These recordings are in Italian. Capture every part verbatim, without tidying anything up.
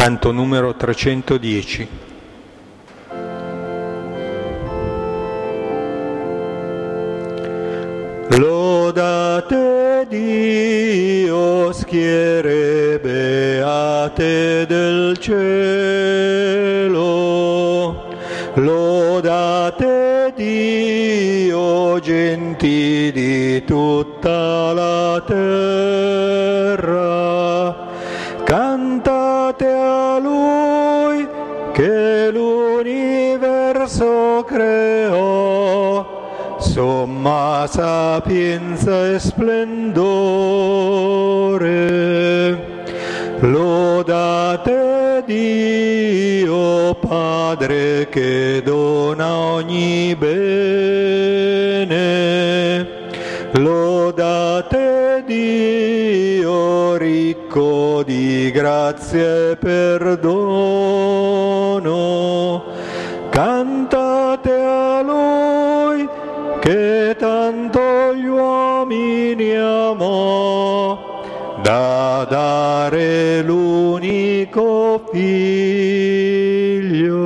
Canto numero trecentodieci. Lodate Dio, schiere beate del cielo, lodate Dio, genti di tutta la terra, cantate a Lui che l'universo creò, somma sapienza e splendore. Lodate Dio Padre che dona ogni bene, lodate Dio ricco di grazia e perdono, cantate a Lui che tanto gli uomini amò, da dare l'unico Figlio.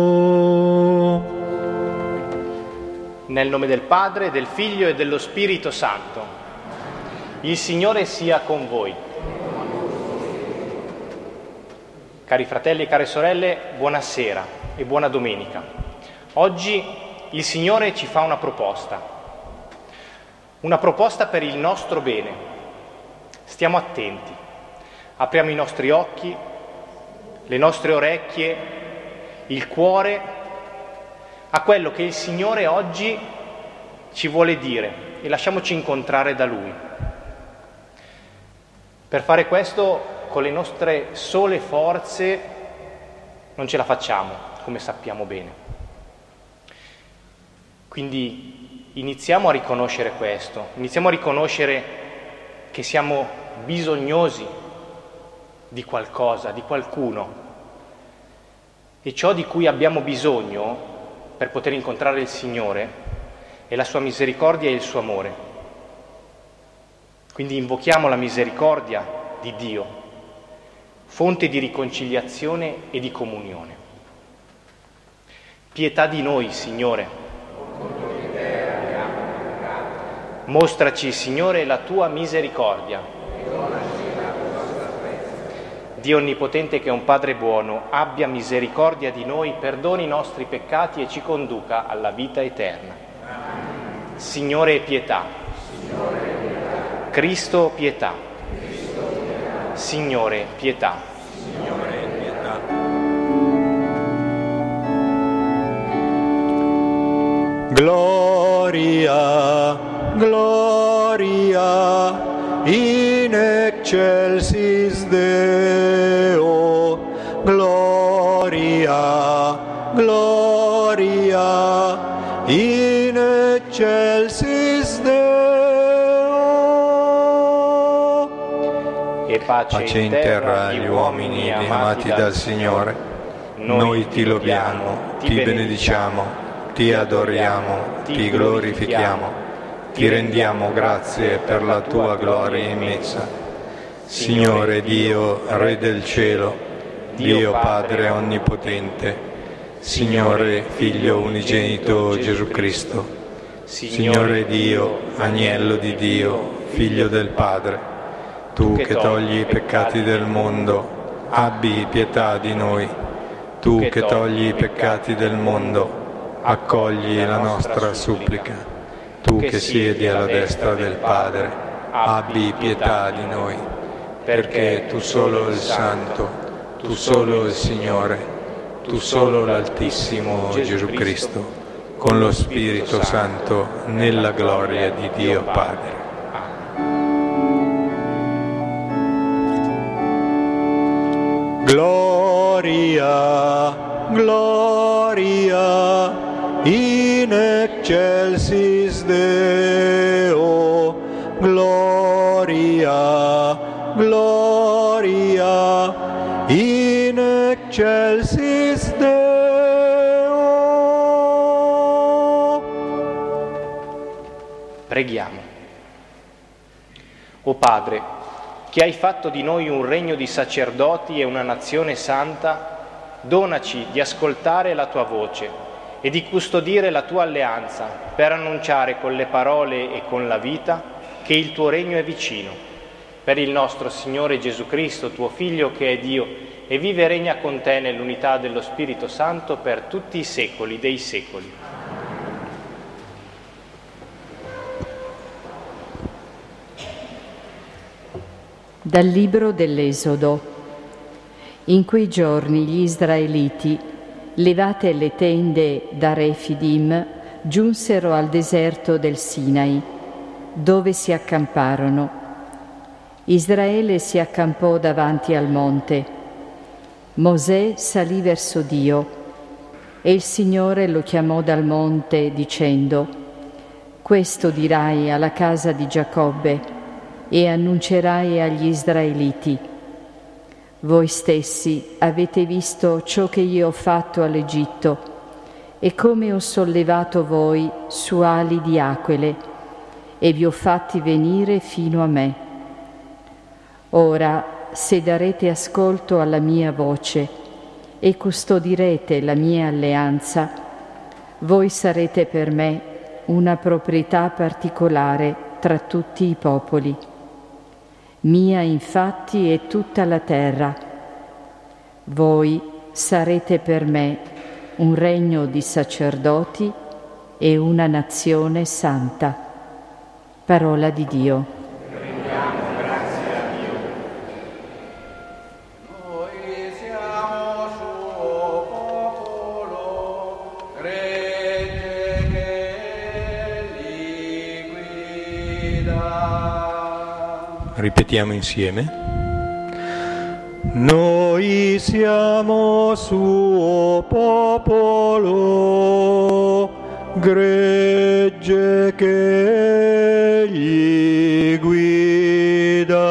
Nel nome del Padre, del Figlio e dello Spirito Santo. Il Signore sia con voi. Cari fratelli e care sorelle, buonasera e buona domenica. Oggi il Signore ci fa una proposta, una proposta per il nostro bene. Stiamo attenti, apriamo i nostri occhi, le nostre orecchie, il cuore a quello che il Signore oggi ci vuole dire e lasciamoci incontrare da Lui. Per fare questo con le nostre sole forze non ce la facciamo, come sappiamo bene. Quindi iniziamo a riconoscere questo, iniziamo a riconoscere che siamo bisognosi di qualcosa, di qualcuno, e ciò di cui abbiamo bisogno per poter incontrare il Signore è la sua misericordia e il suo amore. Quindi invochiamo la misericordia di Dio, fonte di riconciliazione e di comunione. Pietà di noi, Signore. Mostraci, Signore, la tua misericordia. Dio onnipotente, che è un Padre buono, abbia misericordia di noi, perdoni i nostri peccati e ci conduca alla vita eterna. Signore, pietà. Cristo, pietà. Signore, pietà. Gloria, gloria, in excelsis Deo, gloria, gloria, in excelsis Deo. E pace, Pace in terra agli uomini amati dal Signore. Noi ti loviamo, ti benediciamo, ti adoriamo, ti glorifichiamo, ti rendiamo grazie per la tua gloria immensa. Signore Dio, Re del cielo, Dio Padre onnipotente, Signore Figlio unigenito Gesù Cristo, Signore Dio, Agnello di Dio, Figlio del Padre, tu che togli i peccati del mondo, abbi pietà di noi. Tu che togli i peccati del mondo, accogli la nostra supplica. Tu che siedi alla destra del Padre, abbi pietà di noi, perché tu solo il Santo, tu solo il Signore, tu solo l'Altissimo Gesù Cristo, con lo Spirito Santo, nella gloria di Dio Padre. Gloria, gloria, in excelsis Deo, gloria, gloria, in excelsis Deo. Preghiamo. O Padre, che hai fatto di noi un regno di sacerdoti e una nazione santa, donaci di ascoltare la tua voce e di custodire la tua alleanza per annunciare con le parole e con la vita che il tuo regno è vicino. Per il nostro Signore Gesù Cristo, tuo Figlio che è Dio e vive e regna con te nell'unità dello Spirito Santo per tutti i secoli dei secoli. Dal libro dell'Esodo. In quei giorni gli israeliti, levate le tende da Refidim, giunsero al deserto del Sinai, dove si accamparono. Israele si accampò davanti al monte. Mosè salì verso Dio e il Signore lo chiamò dal monte dicendo: «Questo dirai alla casa di Giacobbe e annuncerai agli israeliti: voi stessi avete visto ciò che io ho fatto all'Egitto e come ho sollevato voi su ali di aquile e vi ho fatti venire fino a me. Ora, se darete ascolto alla mia voce e custodirete la mia alleanza, voi sarete per me una proprietà particolare tra tutti i popoli. Mia infatti è tutta la terra. Voi sarete per me un regno di sacerdoti e una nazione santa». Parola di Dio. Rendiamo grazie a Dio. Noi siamo suo popolo, gregge che li guida. Ripetiamo insieme. Noi siamo suo popolo, gregge che gli guida.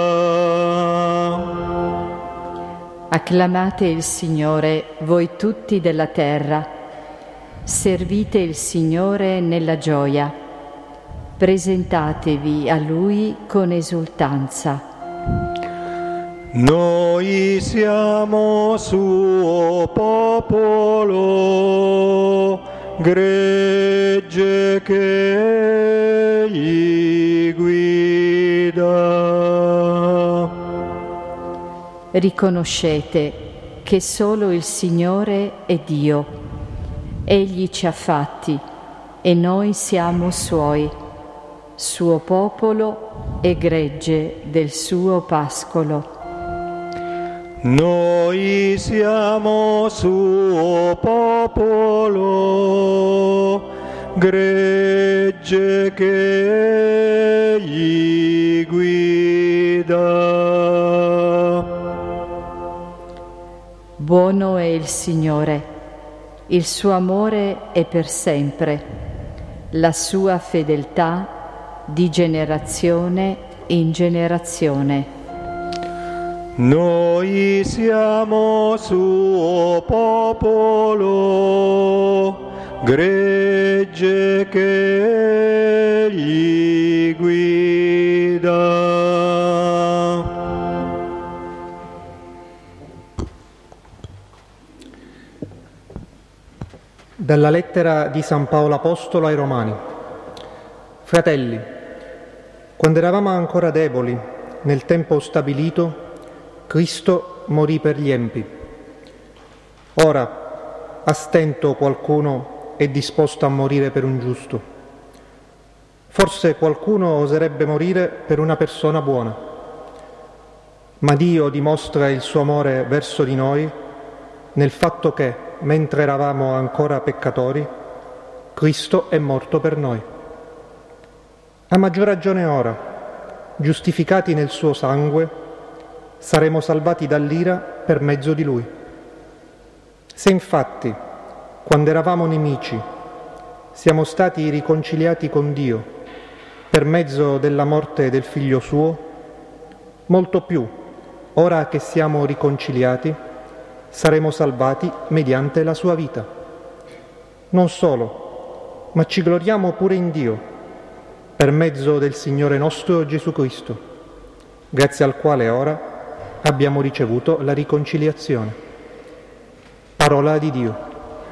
Acclamate il Signore, voi tutti della terra. Servite il Signore nella gioia. Presentatevi a Lui con esultanza. Noi siamo suo popolo, gregge che gli guida. Riconoscete che solo il Signore è Dio. Egli ci ha fatti e noi siamo Suoi, suo popolo e gregge del suo pascolo. Noi siamo suo popolo, gregge che gli guida. Buono è il Signore, il suo amore è per sempre, la sua fedeltà di generazione in generazione. Noi siamo suo popolo, gregge che gli guida. Dalla lettera di San Paolo Apostolo ai Romani. Fratelli, quando eravamo ancora deboli, nel tempo stabilito, Cristo morì per gli empi. Ora, a stento qualcuno è disposto a morire per un giusto. Forse qualcuno oserebbe morire per una persona buona. Ma Dio dimostra il suo amore verso di noi nel fatto che, mentre eravamo ancora peccatori, Cristo è morto per noi. A maggior ragione ora, giustificati nel suo sangue, saremo salvati dall'ira per mezzo di Lui. Se infatti, quando eravamo nemici, siamo stati riconciliati con Dio per mezzo della morte del Figlio Suo, molto più, ora che siamo riconciliati, saremo salvati mediante la sua vita. Non solo, ma ci gloriamo pure in Dio, per mezzo del Signore nostro Gesù Cristo, grazie al quale ora abbiamo ricevuto la riconciliazione. Parola di Dio.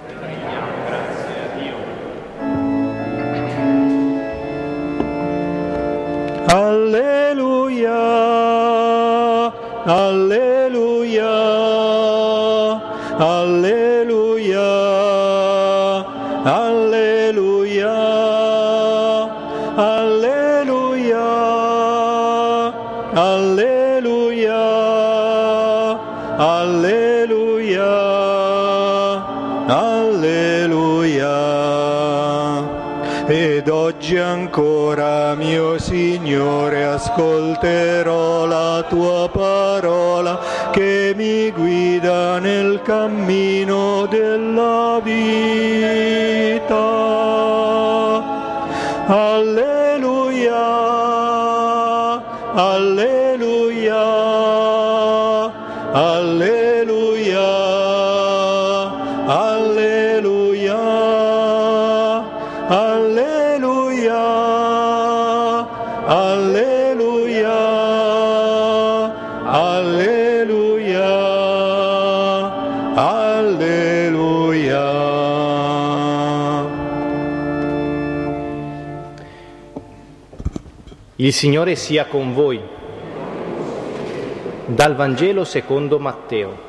Alleluia, alleluia, alleluia, alleluia, alleluia, alleluia, alleluia, alleluia. Ed oggi ancora, mio Signore, ascolterò la tua parola che mi guida nel cammino della vita. Alleluia, alleluia, alleluia, alleluia, alleluia, alleluia, alleluia, alleluia. Il Signore sia con voi. Dal Vangelo secondo Matteo.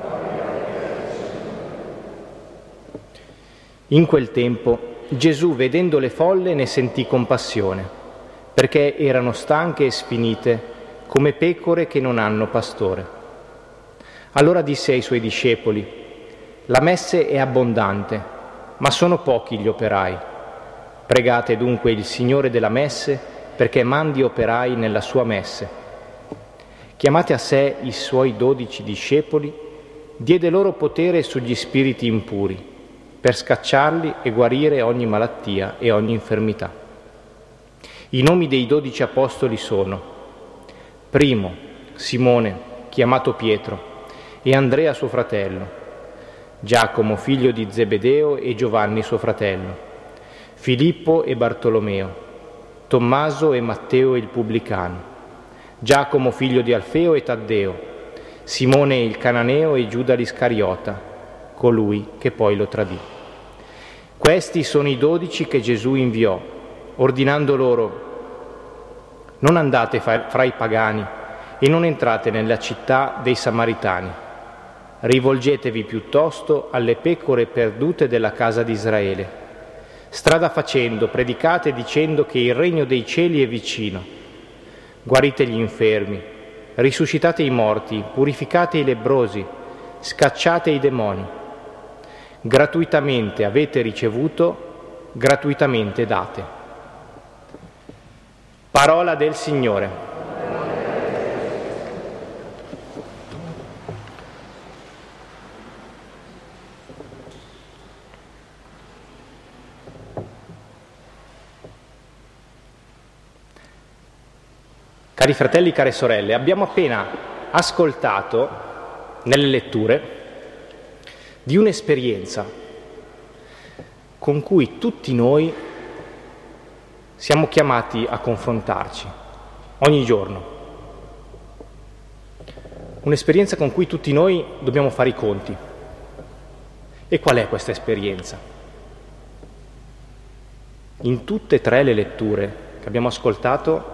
In quel tempo Gesù, vedendo le folle, ne sentì compassione, perché erano stanche e sfinite, come pecore che non hanno pastore. Allora disse ai suoi discepoli: la messe è abbondante, ma sono pochi gli operai. Pregate dunque il Signore della messe perché mandi operai nella sua messe. Chiamate a sé i suoi dodici discepoli, diede loro potere sugli spiriti impuri, per scacciarli e guarire ogni malattia e ogni infermità. I nomi dei dodici apostoli sono: primo, Simone, chiamato Pietro, e Andrea suo fratello, Giacomo figlio di Zebedeo e Giovanni suo fratello, Filippo e Bartolomeo, Tommaso e Matteo il pubblicano, Giacomo figlio di Alfeo e Taddeo, Simone il cananeo e Giuda l'Iscariota, colui che poi lo tradì. Questi sono i dodici che Gesù inviò, ordinando loro: non andate fra i pagani e non entrate nella città dei Samaritani. Rivolgetevi piuttosto alle pecore perdute della casa di Israele. Strada facendo, predicate dicendo che il regno dei cieli è vicino. Guarite gli infermi, risuscitate i morti, purificate i lebbrosi, scacciate i demoni. Gratuitamente avete ricevuto, gratuitamente date. Parola del Signore. Cari fratelli, care sorelle, abbiamo appena ascoltato nelle letture di un'esperienza con cui tutti noi siamo chiamati a confrontarci ogni giorno. Un'esperienza con cui tutti noi dobbiamo fare i conti. E qual è questa esperienza? In tutte e tre le letture che abbiamo ascoltato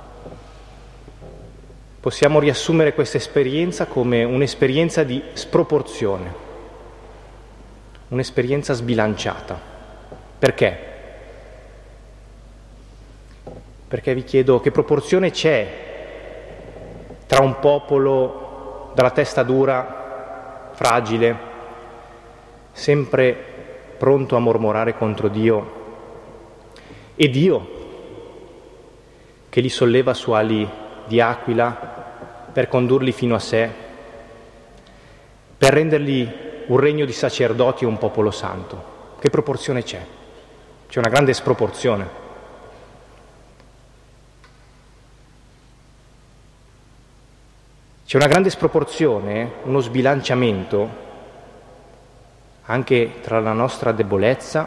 possiamo riassumere questa esperienza come un'esperienza di sproporzione, un'esperienza sbilanciata. Perché? Perché vi chiedo che proporzione c'è tra un popolo dalla testa dura, fragile, sempre pronto a mormorare contro Dio, e Dio che li solleva su ali di aquila per condurli fino a sé, per renderli un regno di sacerdoti e un popolo santo. Che proporzione c'è? C'è una grande sproporzione. C'è una grande sproporzione, uno sbilanciamento anche tra la nostra debolezza,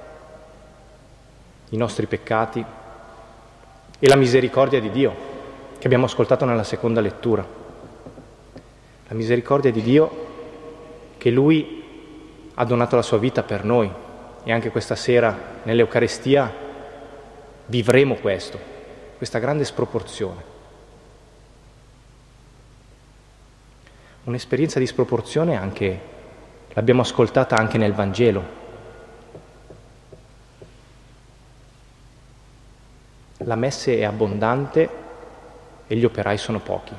i nostri peccati e la misericordia di Dio. che abbiamo ascoltato nella seconda lettura. La misericordia di Dio che Lui ha donato la sua vita per noi, e anche questa sera nell'Eucarestia vivremo questo, questa grande sproporzione. Un'esperienza di sproporzione anche, l'abbiamo ascoltata anche nel Vangelo. La messe è abbondante e gli operai sono pochi.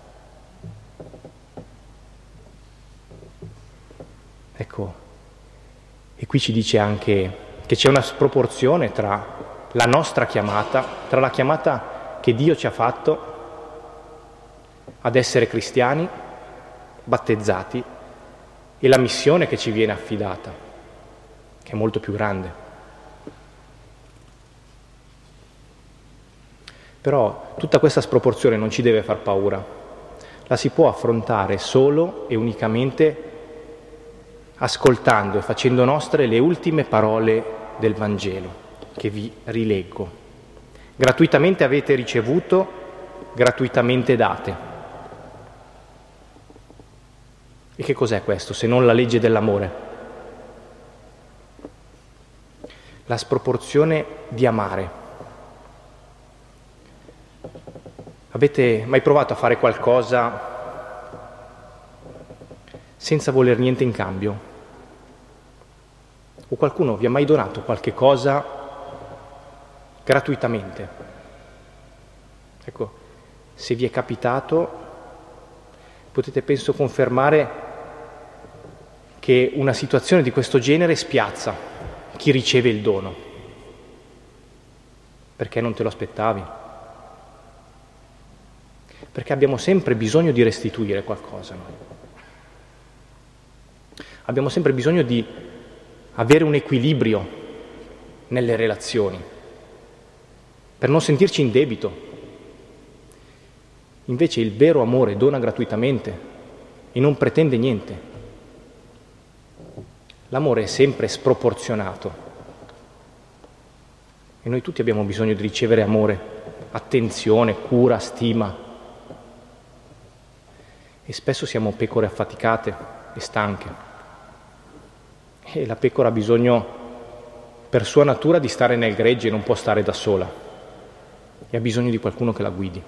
Ecco, e qui ci dice anche che c'è una sproporzione tra la nostra chiamata, tra la chiamata che Dio ci ha fatto ad essere cristiani, battezzati, e la missione che ci viene affidata, che è molto più grande. Però tutta questa sproporzione non ci deve far paura, la si può affrontare solo e unicamente ascoltando e facendo nostre le ultime parole del Vangelo, che vi rileggo. Gratuitamente avete ricevuto, gratuitamente date. E che cos'è questo, se non la legge dell'amore? La sproporzione di amare. Avete mai provato a fare qualcosa senza voler niente in cambio? O qualcuno vi ha mai donato qualche cosa gratuitamente? Ecco, se vi è capitato, potete penso confermare che una situazione di questo genere spiazza chi riceve il dono. Perché non te lo aspettavi? Perché abbiamo sempre bisogno di restituire qualcosa noi. Abbiamo sempre bisogno di avere un equilibrio nelle relazioni, per non sentirci in debito. Invece il vero amore dona gratuitamente e non pretende niente. L'amore è sempre sproporzionato e noi tutti abbiamo bisogno di ricevere amore, attenzione, cura, stima. E spesso siamo pecore affaticate e stanche. E la pecora ha bisogno, per sua natura, di stare nel gregge e non può stare da sola. E ha bisogno di qualcuno che la guidi.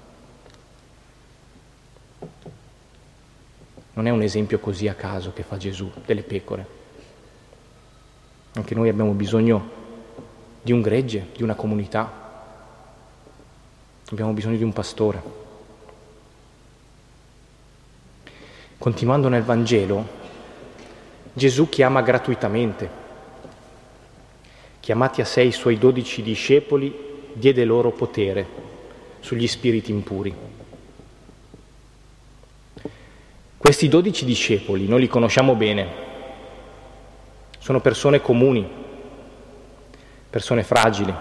Non è un esempio così a caso che fa Gesù delle pecore. Anche noi abbiamo bisogno di un gregge, di una comunità. Abbiamo bisogno di un pastore. Continuando nel Vangelo, Gesù chiama gratuitamente. Chiamati a sé i suoi dodici discepoli, diede loro potere sugli spiriti impuri. Questi dodici discepoli noi li conosciamo bene, sono persone comuni, persone fragili,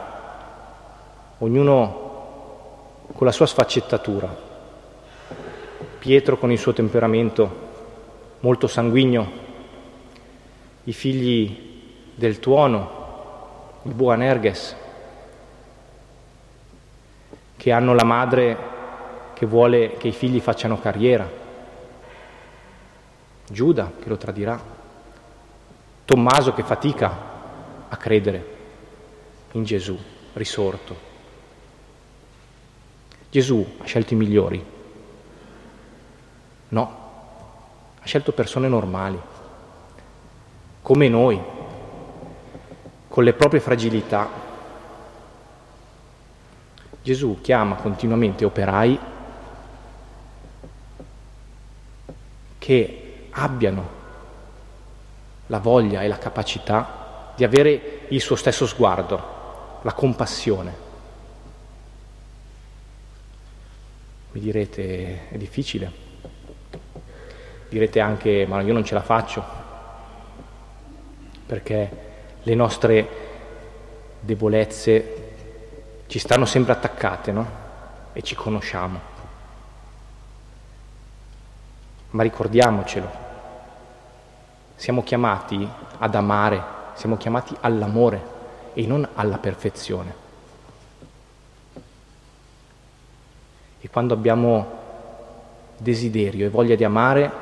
ognuno con la sua sfaccettatura. Pietro con il suo temperamento molto sanguigno, i figli del tuono, il Boanerges, che hanno la madre che vuole che i figli facciano carriera, Giuda che lo tradirà, Tommaso che fatica a credere in Gesù risorto. Gesù ha scelto i migliori? No, ha scelto persone normali, come noi, con le proprie fragilità. Gesù chiama continuamente operai che abbiano la voglia e la capacità di avere il suo stesso sguardo, la compassione. Mi direte, è difficile. Direte anche, ma io non ce la faccio, perché le nostre debolezze ci stanno sempre attaccate, no? E ci conosciamo. Ma ricordiamocelo, siamo chiamati ad amare, siamo chiamati all'amore e non alla perfezione. E quando abbiamo desiderio e voglia di amare,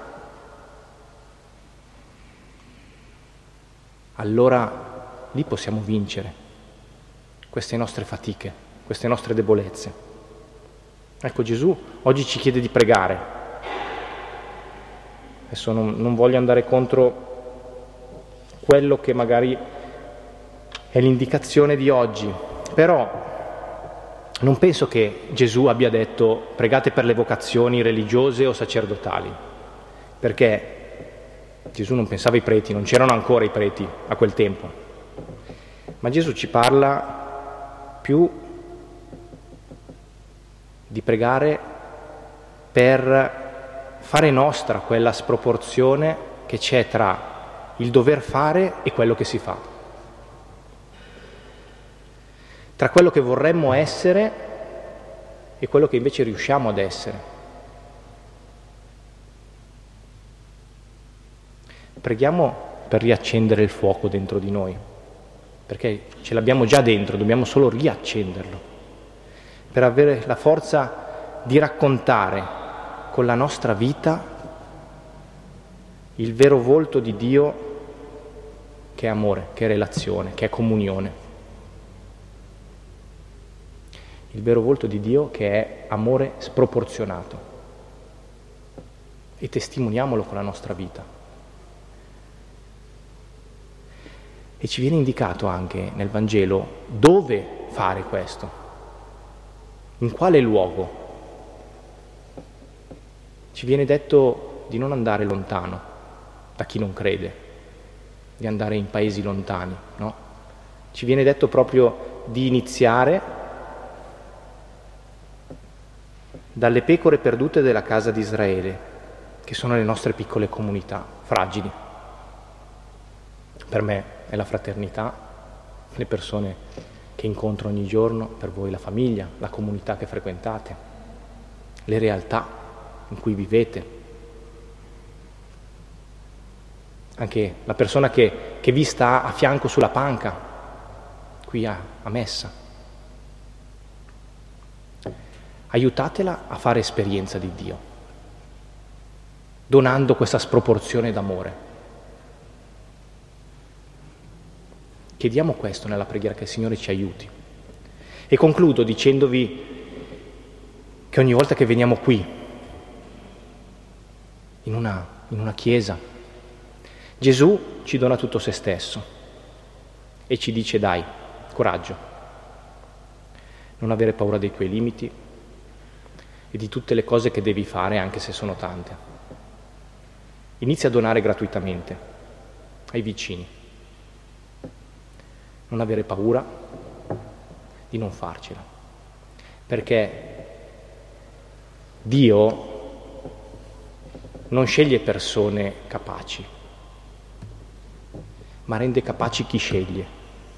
allora lì possiamo vincere queste nostre fatiche, queste nostre debolezze. Ecco, Gesù oggi ci chiede di pregare. Adesso non, non voglio andare contro quello che magari è l'indicazione di oggi, però non penso che Gesù abbia detto pregate per le vocazioni religiose o sacerdotali, perché Gesù non pensava ai preti, non c'erano ancora i preti a quel tempo, ma Gesù ci parla più di pregare per fare nostra quella sproporzione che c'è tra il dover fare e quello che si fa, tra quello che vorremmo essere e quello che invece riusciamo ad essere. Preghiamo per riaccendere il fuoco dentro di noi, perché ce l'abbiamo già dentro, dobbiamo solo riaccenderlo, per avere la forza di raccontare con la nostra vita il vero volto di Dio, che è amore, che è relazione, che è comunione. Il vero volto di Dio che è amore sproporzionato, e testimoniamolo con la nostra vita. E ci viene indicato anche nel Vangelo dove fare questo, in quale luogo. Ci viene detto di non andare lontano da chi non crede, di andare in paesi lontani, no? Ci viene detto proprio di iniziare dalle pecore perdute della casa di Israele, che sono le nostre piccole comunità fragili. Per me è la fraternità, le persone che incontro ogni giorno, per voi la famiglia, la comunità che frequentate, le realtà in cui vivete, anche la persona che, che vi sta a fianco sulla panca, qui a, a messa. Aiutatela a fare esperienza di Dio, donando questa sproporzione d'amore. Chiediamo questo nella preghiera, che il Signore ci aiuti. E concludo dicendovi che ogni volta che veniamo qui, in una, in una chiesa, Gesù ci dona tutto se stesso e ci dice: dai, coraggio, non avere paura dei tuoi limiti e di tutte le cose che devi fare, anche se sono tante. Inizia a donare gratuitamente ai vicini. Non avere paura di non farcela, perché Dio non sceglie persone capaci, ma rende capaci chi sceglie,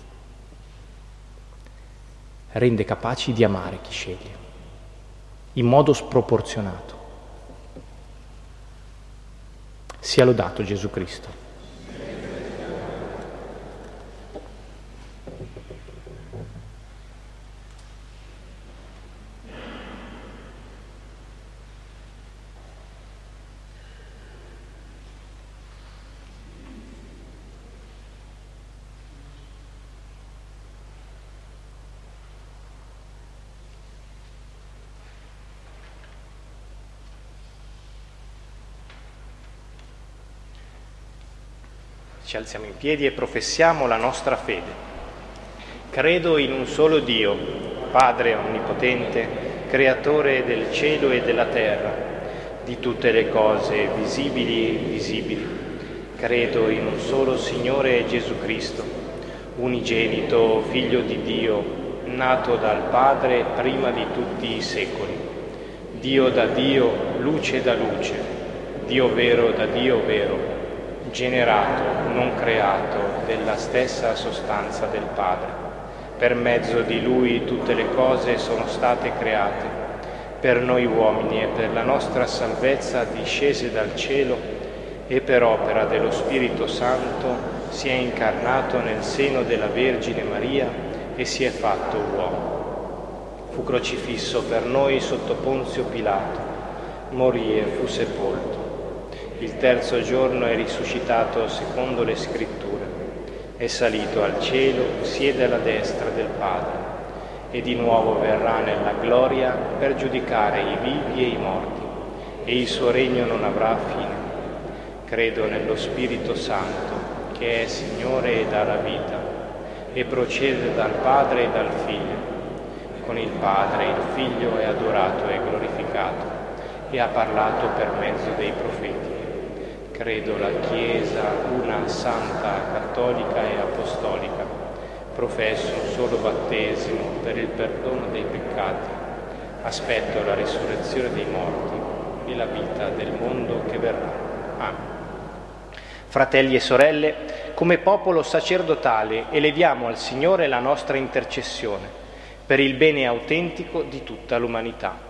rende capaci di amare chi sceglie, in modo sproporzionato. Sia lodato Gesù Cristo. Ci alziamo in piedi e professiamo la nostra fede. Credo in un solo Dio, Padre Onnipotente, Creatore del cielo e della terra, di tutte le cose visibili e invisibili. Credo in un solo Signore Gesù Cristo, unigenito Figlio di Dio, nato dal Padre prima di tutti i secoli. Dio da Dio, luce da luce, Dio vero da Dio vero, generato, non creato, della stessa sostanza del Padre. Per mezzo di Lui tutte le cose sono state create. Per noi uomini e per la nostra salvezza discese dal cielo, e per opera dello Spirito Santo si è incarnato nel seno della Vergine Maria e si è fatto uomo. fu crocifisso per noi sotto Ponzio Pilato, morì e fu sepolto. Il terzo giorno è risuscitato secondo le Scritture, è salito al cielo, siede alla destra del Padre e di nuovo verrà nella gloria per giudicare i vivi e i morti, e il suo regno non avrà fine. Credo nello Spirito Santo, che è Signore e dà la vita, e procede dal Padre e dal Figlio. Con il Padre il Figlio è adorato e glorificato, e ha parlato per mezzo dei profeti. Credo la Chiesa, una santa, cattolica e apostolica. Professo un solo battesimo per il perdono dei peccati. Aspetto la risurrezione dei morti e la vita del mondo che verrà. Amen. Fratelli e sorelle, come popolo sacerdotale eleviamo al Signore la nostra intercessione per il bene autentico di tutta l'umanità.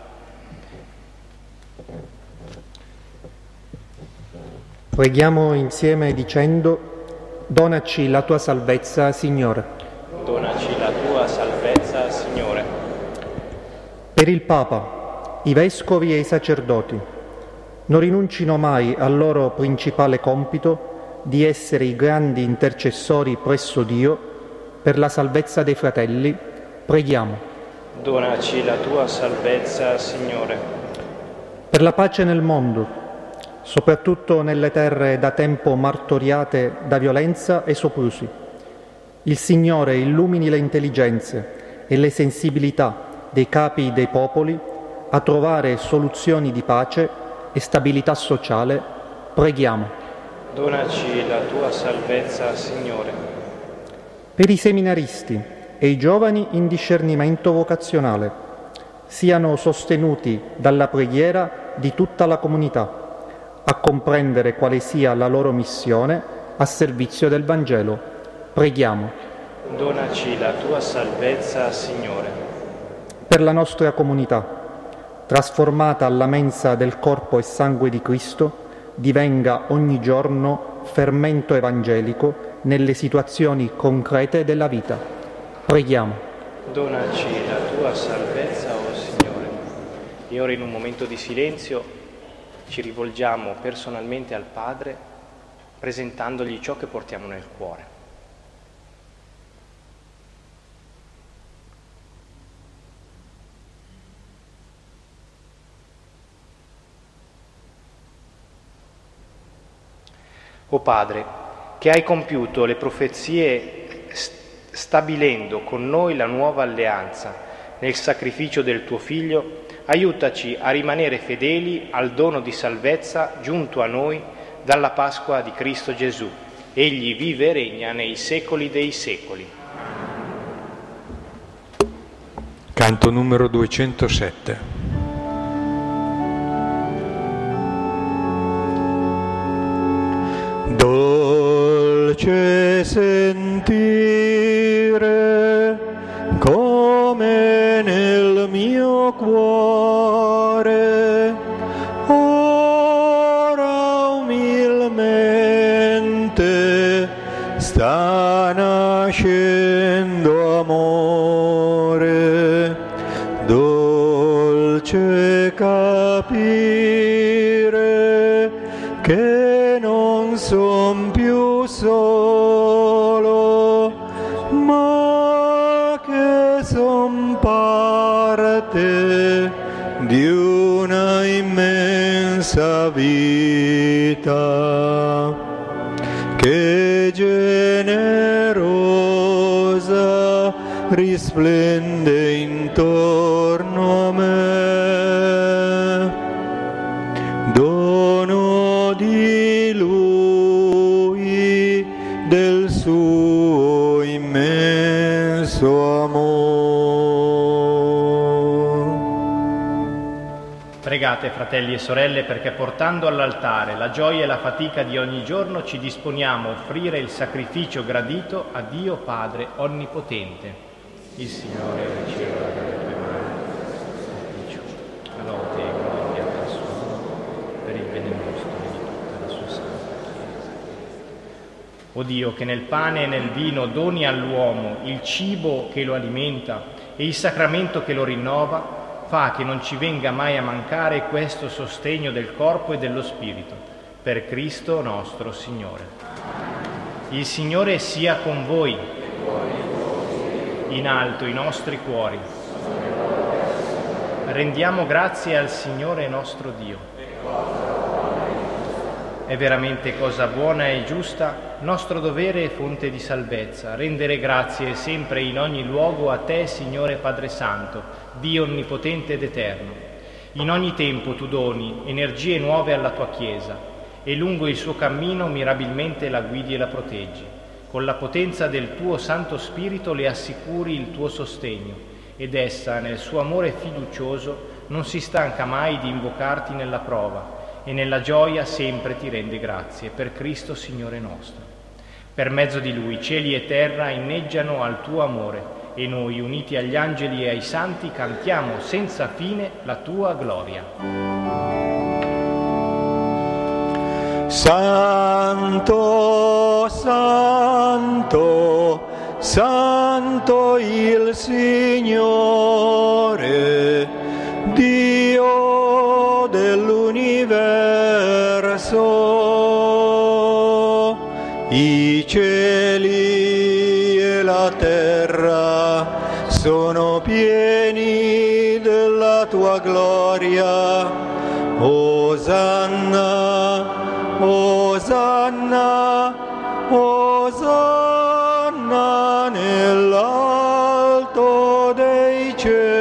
Preghiamo insieme dicendo: donaci la tua salvezza, Signore. Donaci la tua salvezza, Signore. Per il Papa, i vescovi e i sacerdoti, non rinuncino mai al loro principale compito di essere i grandi intercessori presso Dio per la salvezza dei fratelli. Preghiamo. Donaci la tua salvezza, Signore. Per la pace nel mondo, soprattutto nelle terre da tempo martoriate da violenza e soprusi. Il Signore illumini le intelligenze e le sensibilità dei capi dei popoli a trovare soluzioni di pace e stabilità sociale. Preghiamo. Donaci la tua salvezza, Signore. Per i seminaristi e i giovani in discernimento vocazionale, siano sostenuti dalla preghiera di tutta la comunità, a comprendere quale sia la loro missione a servizio del Vangelo. Preghiamo. Donaci la tua salvezza, Signore. Per la nostra comunità, trasformata alla mensa del corpo e sangue di Cristo, divenga ogni giorno fermento evangelico nelle situazioni concrete della vita. Preghiamo. Donaci la tua salvezza, o Signore. E ora, in un momento di silenzio, ci rivolgiamo personalmente al Padre, presentandogli ciò che portiamo nel cuore. O Padre, che hai compiuto le profezie stabilendo con noi la nuova alleanza nel sacrificio del tuo Figlio, aiutaci a rimanere fedeli al dono di salvezza giunto a noi dalla Pasqua di Cristo Gesù. Egli vive e regna nei secoli dei secoli. Canto numero duecentosette. Dolce sentire come nel mio cuore ora umilmente sta nascendo amore. Dolce capire che non son più solo, ma che son parte di una immensa vita che generosa risplende intorno a me, dono di Lui, del suo immenso amore. Pregate, fratelli e sorelle, perché portando all'altare la gioia e la fatica di ogni giorno ci disponiamo a offrire il sacrificio gradito a Dio Padre Onnipotente. Il Signore riceva dalle tue mani la lode e gloria al suo, per il bene nostro e di tutta la sua santa Chiesa. O Dio, che nel pane e nel vino doni all'uomo il cibo che lo alimenta e il sacramento che lo rinnova fa che non ci venga mai a mancare questo sostegno del corpo e dello spirito, per Cristo nostro Signore. Il Signore sia con voi. In alto i nostri cuori. Rendiamo grazie al Signore nostro Dio. È veramente cosa buona e giusta, nostro dovere e fonte di salvezza, rendere grazie sempre in ogni luogo a Te, Signore Padre Santo, Dio onnipotente ed eterno. In ogni tempo Tu doni energie nuove alla Tua Chiesa e lungo il suo cammino mirabilmente la guidi e la proteggi. Con la potenza del Tuo Santo Spirito le assicuri il Tuo sostegno ed essa, nel suo amore fiducioso, non si stanca mai di invocarti nella prova e nella gioia sempre ti rende grazie, per Cristo Signore nostro. Per mezzo di Lui cieli e terra inneggiano al Tuo amore e noi, uniti agli angeli e ai santi, cantiamo senza fine la Tua gloria. Santo, Santo, Santo il Signore, Dio dell'universo, i cieli e la terra sono pieni della Tua gloria. Osanna, Osanna, Osanna nell'alto dei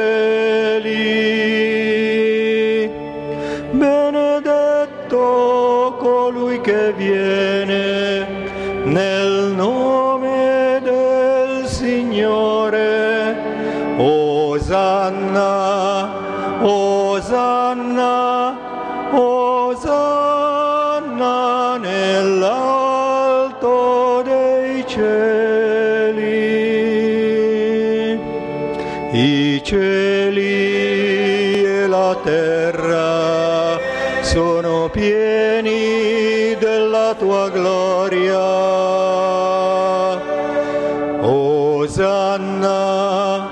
cieli. Benedetto colui che viene nel nome del Signore. Osanna, Osanna, Osanna nell'alto dei cieli. I cieli e la terra sono pieni della Tua gloria. Osanna,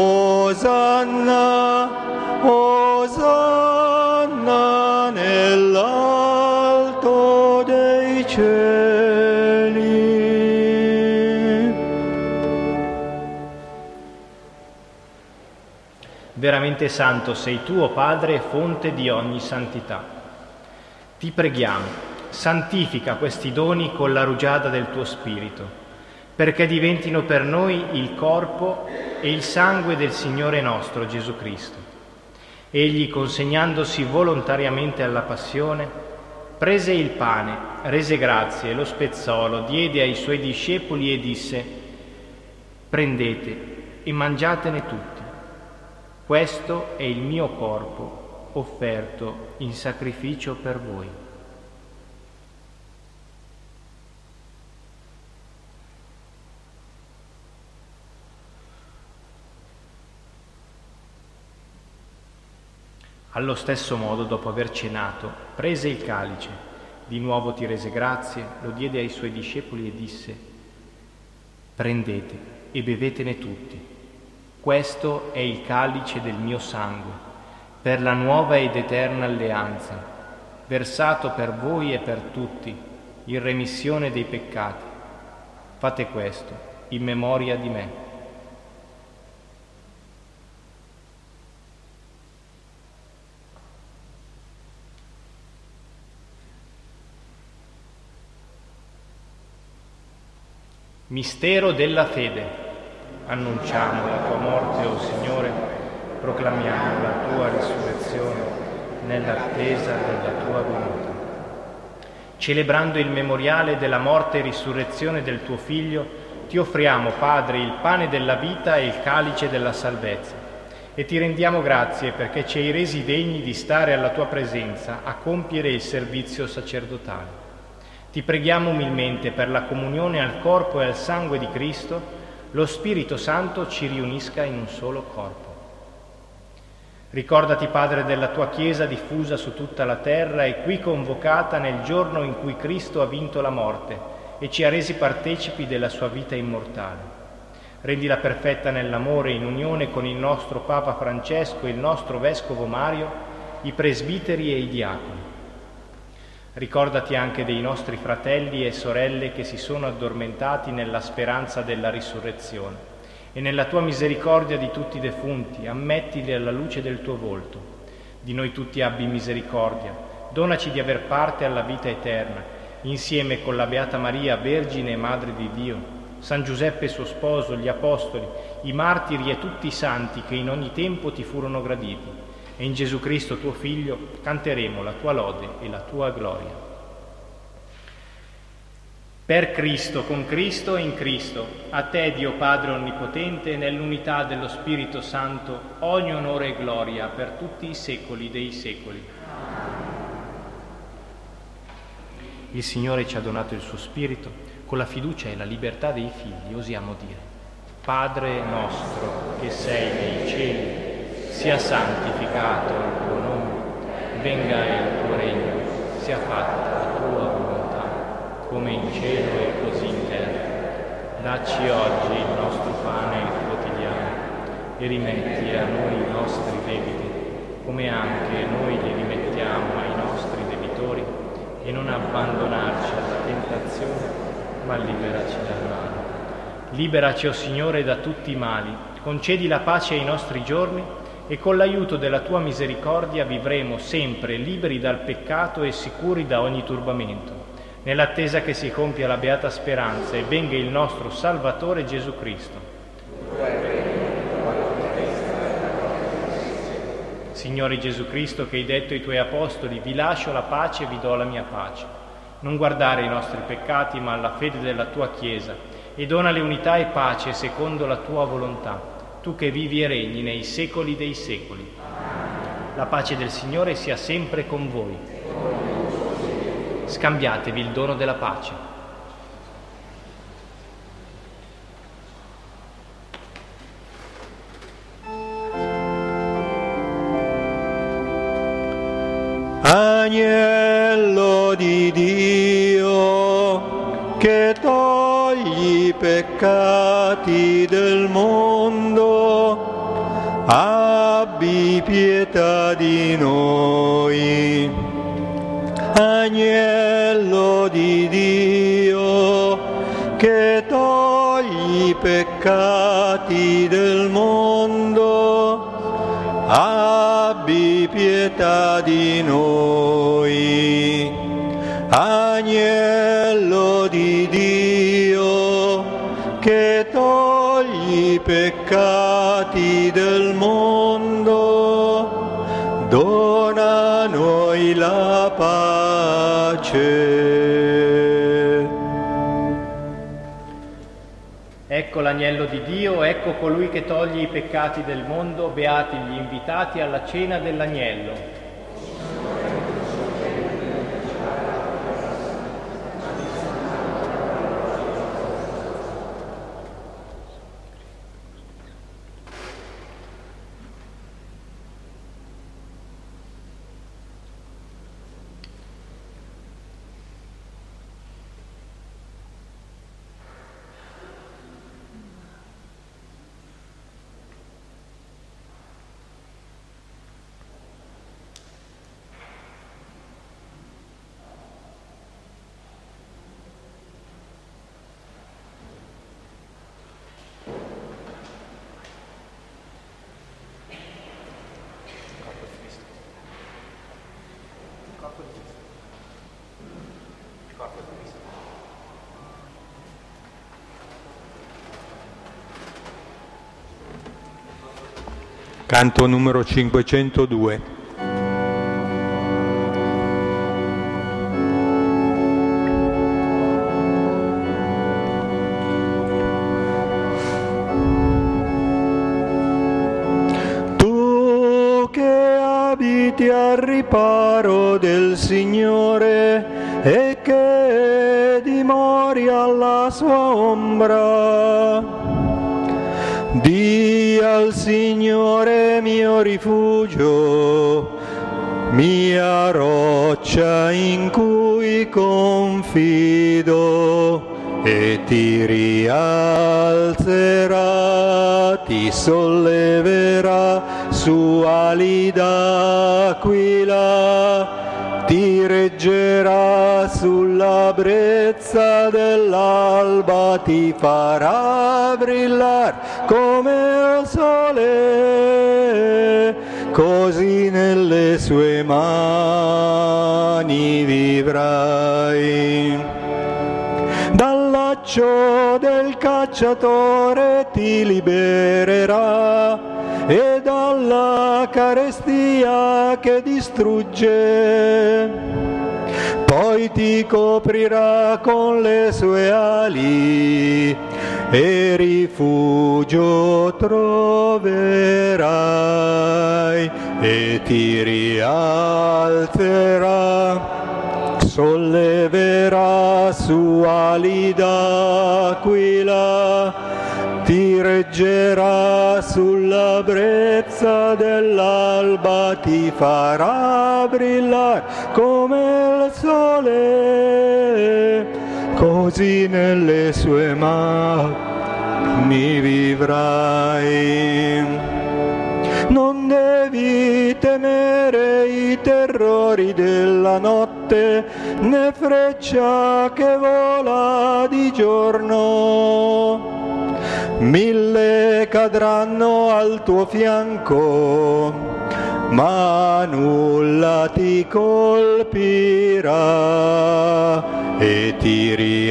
Osanna, Osanna nell'alto dei cieli. Veramente santo sei Tu, o Padre, fonte di ogni santità. Ti preghiamo, santifica questi doni con la rugiada del Tuo Spirito, perché diventino per noi il corpo e il sangue del Signore nostro Gesù Cristo. Egli, consegnandosi volontariamente alla passione, prese il pane, rese grazie, lo spezzò, lo diede ai Suoi discepoli e disse: prendete e mangiatene tutti. Questo è il mio corpo offerto in sacrificio per voi. Allo stesso modo, dopo aver cenato, prese il calice, di nuovo ti rese grazie, lo diede ai Suoi discepoli e disse: prendete e bevetene tutti. Questo è il calice del mio sangue, per la nuova ed eterna alleanza, versato per voi e per tutti, in remissione dei peccati. Fate questo in memoria di me. Mistero della fede. Annunciamo la Tua morte, o Signore, proclamiamo la Tua risurrezione nell'attesa della Tua venuta. Celebrando il memoriale della morte e risurrezione del Tuo Figlio, Ti offriamo, Padre, il pane della vita e il calice della salvezza, e Ti rendiamo grazie perché ci hai resi degni di stare alla Tua presenza a compiere il servizio sacerdotale. Ti preghiamo umilmente per la comunione al corpo e al sangue di Cristo, lo Spirito Santo ci riunisca in un solo corpo. Ricordati, Padre, della Tua Chiesa diffusa su tutta la terra e qui convocata nel giorno in cui Cristo ha vinto la morte e ci ha resi partecipi della Sua vita immortale. rendila perfetta nell'amore in unione con il nostro Papa Francesco e il nostro Vescovo Mario, i presbiteri e i diaconi. Ricordati anche dei nostri fratelli e sorelle che si sono addormentati nella speranza della risurrezione e nella tua misericordia di tutti i defunti, ammettili alla luce del tuo volto. Di noi tutti abbi misericordia, donaci di aver parte alla vita eterna, insieme con la Beata Maria, Vergine e Madre di Dio, San Giuseppe suo sposo, gli Apostoli, i martiri e tutti i santi che in ogni tempo ti furono graditi, e in Gesù Cristo tuo Figlio canteremo la tua lode e la tua gloria. Per Cristo, con Cristo e in Cristo, a te Dio Padre Onnipotente, nell'unità dello Spirito Santo, ogni onore e gloria per tutti i secoli dei secoli. Il Signore ci ha donato il suo Spirito. Con la fiducia e la libertà dei figli osiamo dire: Padre nostro che sei nei cieli, sia santificato il tuo nome, venga il tuo regno, sia fatta la tua volontà, come in cielo e così in terra. Dacci oggi il nostro pane quotidiano e rimetti a noi i nostri debiti, come anche noi li rimettiamo ai nostri debitori, e non abbandonarci alla tentazione, ma liberaci dal male. Liberaci, o Signore, da tutti i mali, concedi la pace ai nostri giorni e con l'aiuto della tua misericordia vivremo sempre liberi dal peccato e sicuri da ogni turbamento, nell'attesa che si compia la beata speranza e venga il nostro Salvatore Gesù Cristo. Signore Gesù Cristo, che hai detto ai tuoi apostoli: vi lascio la pace e vi do la mia pace. Non guardare i nostri peccati, ma alla fede della tua Chiesa, e donale unità e pace secondo la tua volontà, tu che vivi e regni nei secoli dei secoli. La pace del Signore sia sempre con voi. Scambiatevi il dono della pace. Agnello di Dio, che togli i peccati del mondo, abbi pietà di noi. Agnello di Dio, che togli i peccati del mondo, abbi pietà di noi. Agnello di Dio, che togli i peccati del mondo, dona a noi la pace. Ecco l'agnello di Dio, ecco colui che toglie i peccati del mondo, beati gli invitati alla cena dell'agnello. Canto numero cinquecentodue. Tu che abiti al riparo del Signore e che dimori alla sua ombra, di al Signore mio rifugio, mia roccia in cui confido, e ti rialzerà, ti solleverà su ali d'aquila, ti reggerà sulla brezza dell'alba, ti farà brillare come il sole, così nelle sue mani vivrai. Dal laccio del cacciatore ti libererà e dalla carestia che distrugge, poi ti coprirà con le sue ali e rifugio troverai, e ti rialzerà, solleverà su ali d'aquila, ti reggerà sulla brezza dell'alba, ti farà brillare come il sole, così nelle sue mani vivrai. Non devi temere i terrori della notte, né freccia che vola di giorno. Mille cadranno al tuo fianco, ma nulla ti colpirà, e ti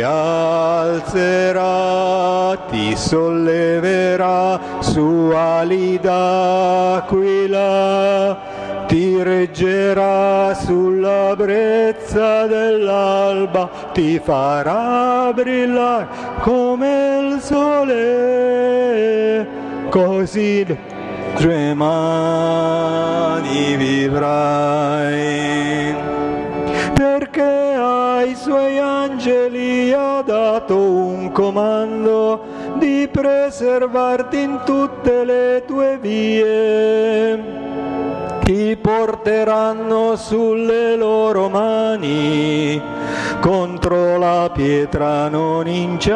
rialzerà, ti solleverà su ali d'aquila, ti reggerà sulla brezza dell'alba, ti farà brillare come il sole, così le tue mani vivrai. Perché ai suoi angeli ha dato un comando di preservarti in tutte le tue vie. Ti porteranno sulle loro mani, contro la pietra non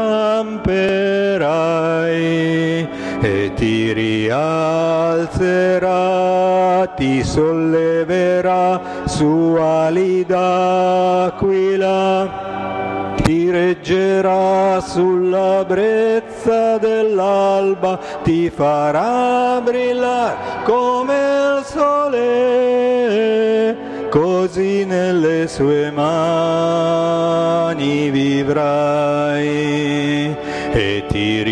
inciamperai, e ti rialzerà, ti solleverà su ali d'aquila, ti reggerà sulla brezza dell'alba, ti farà brillare come il sole, così nelle sue mani vivrai, e ti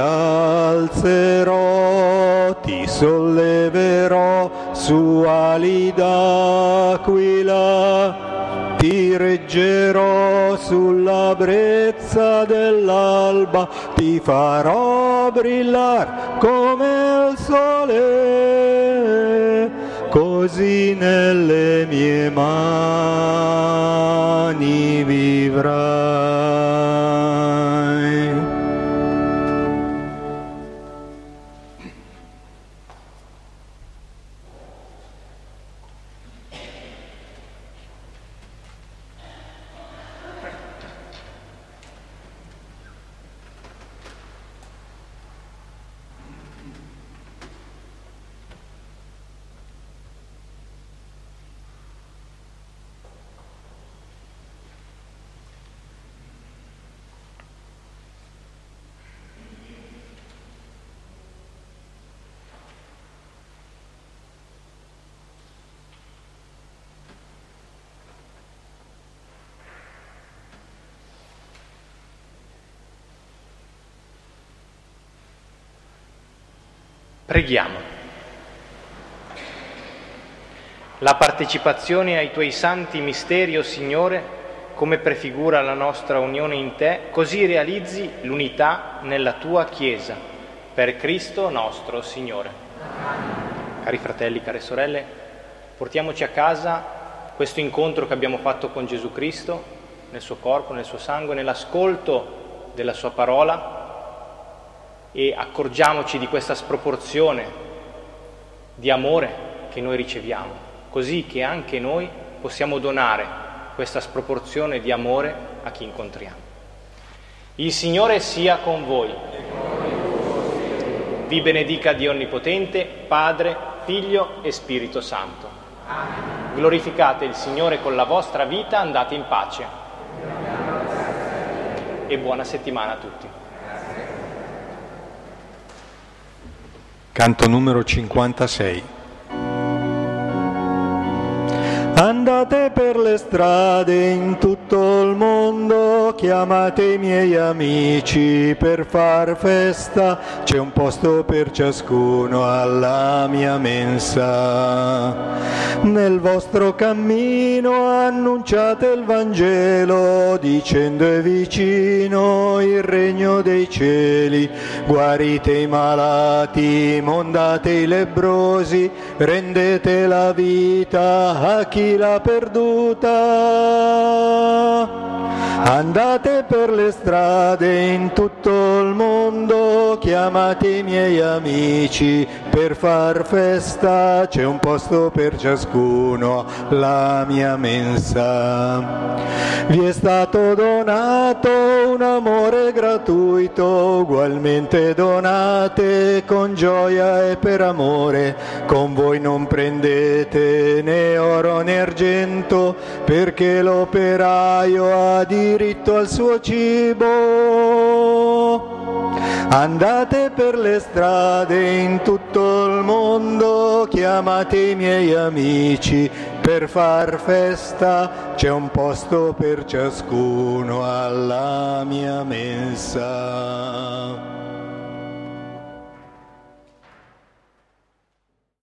rialzerò, ti solleverò su ali d'aquila, ti reggerò sulla brezza dell'alba, ti farò brillare come il sole, così nelle mie mani vivrai. Preghiamo. La partecipazione ai Tuoi santi misteri, o Signore, come prefigura la nostra unione in Te, così realizzi l'unità nella Tua Chiesa, per Cristo nostro Signore. Cari fratelli, care sorelle, portiamoci a casa questo incontro che abbiamo fatto con Gesù Cristo, nel suo corpo, nel suo sangue, nell'ascolto della sua parola, e accorgiamoci di questa sproporzione di amore che noi riceviamo, così che anche noi possiamo donare questa sproporzione di amore a chi incontriamo. Il Signore sia con voi. Vi benedica Dio Onnipotente, Padre, Figlio e Spirito Santo. Glorificate il Signore con la vostra vita, andate in pace. E buona settimana a tutti. Canto numero cinquantasei. Andate per le strade in tutto il mondo, chiamate i miei amici per far festa, c'è un posto per ciascuno alla mia mensa. Nel vostro cammino annunciate il Vangelo, dicendo è vicino il regno dei cieli, guarite i malati, mondate i lebbrosi, rendete la vita a chi l'ha perduta. Andate per le strade in tutto il mondo, chiamate i miei amici per far festa, c'è un posto per ciascuno, la mia mensa. Vi è stato donato un amore gratuito, ugualmente donate con gioia e per amore, con voi non prendete né oro né argento, perché l'operaio ha diritto al suo cibo. Andate per le strade in tutto il mondo, chiamate i miei amici per far festa, c'è un posto per ciascuno alla mia mensa.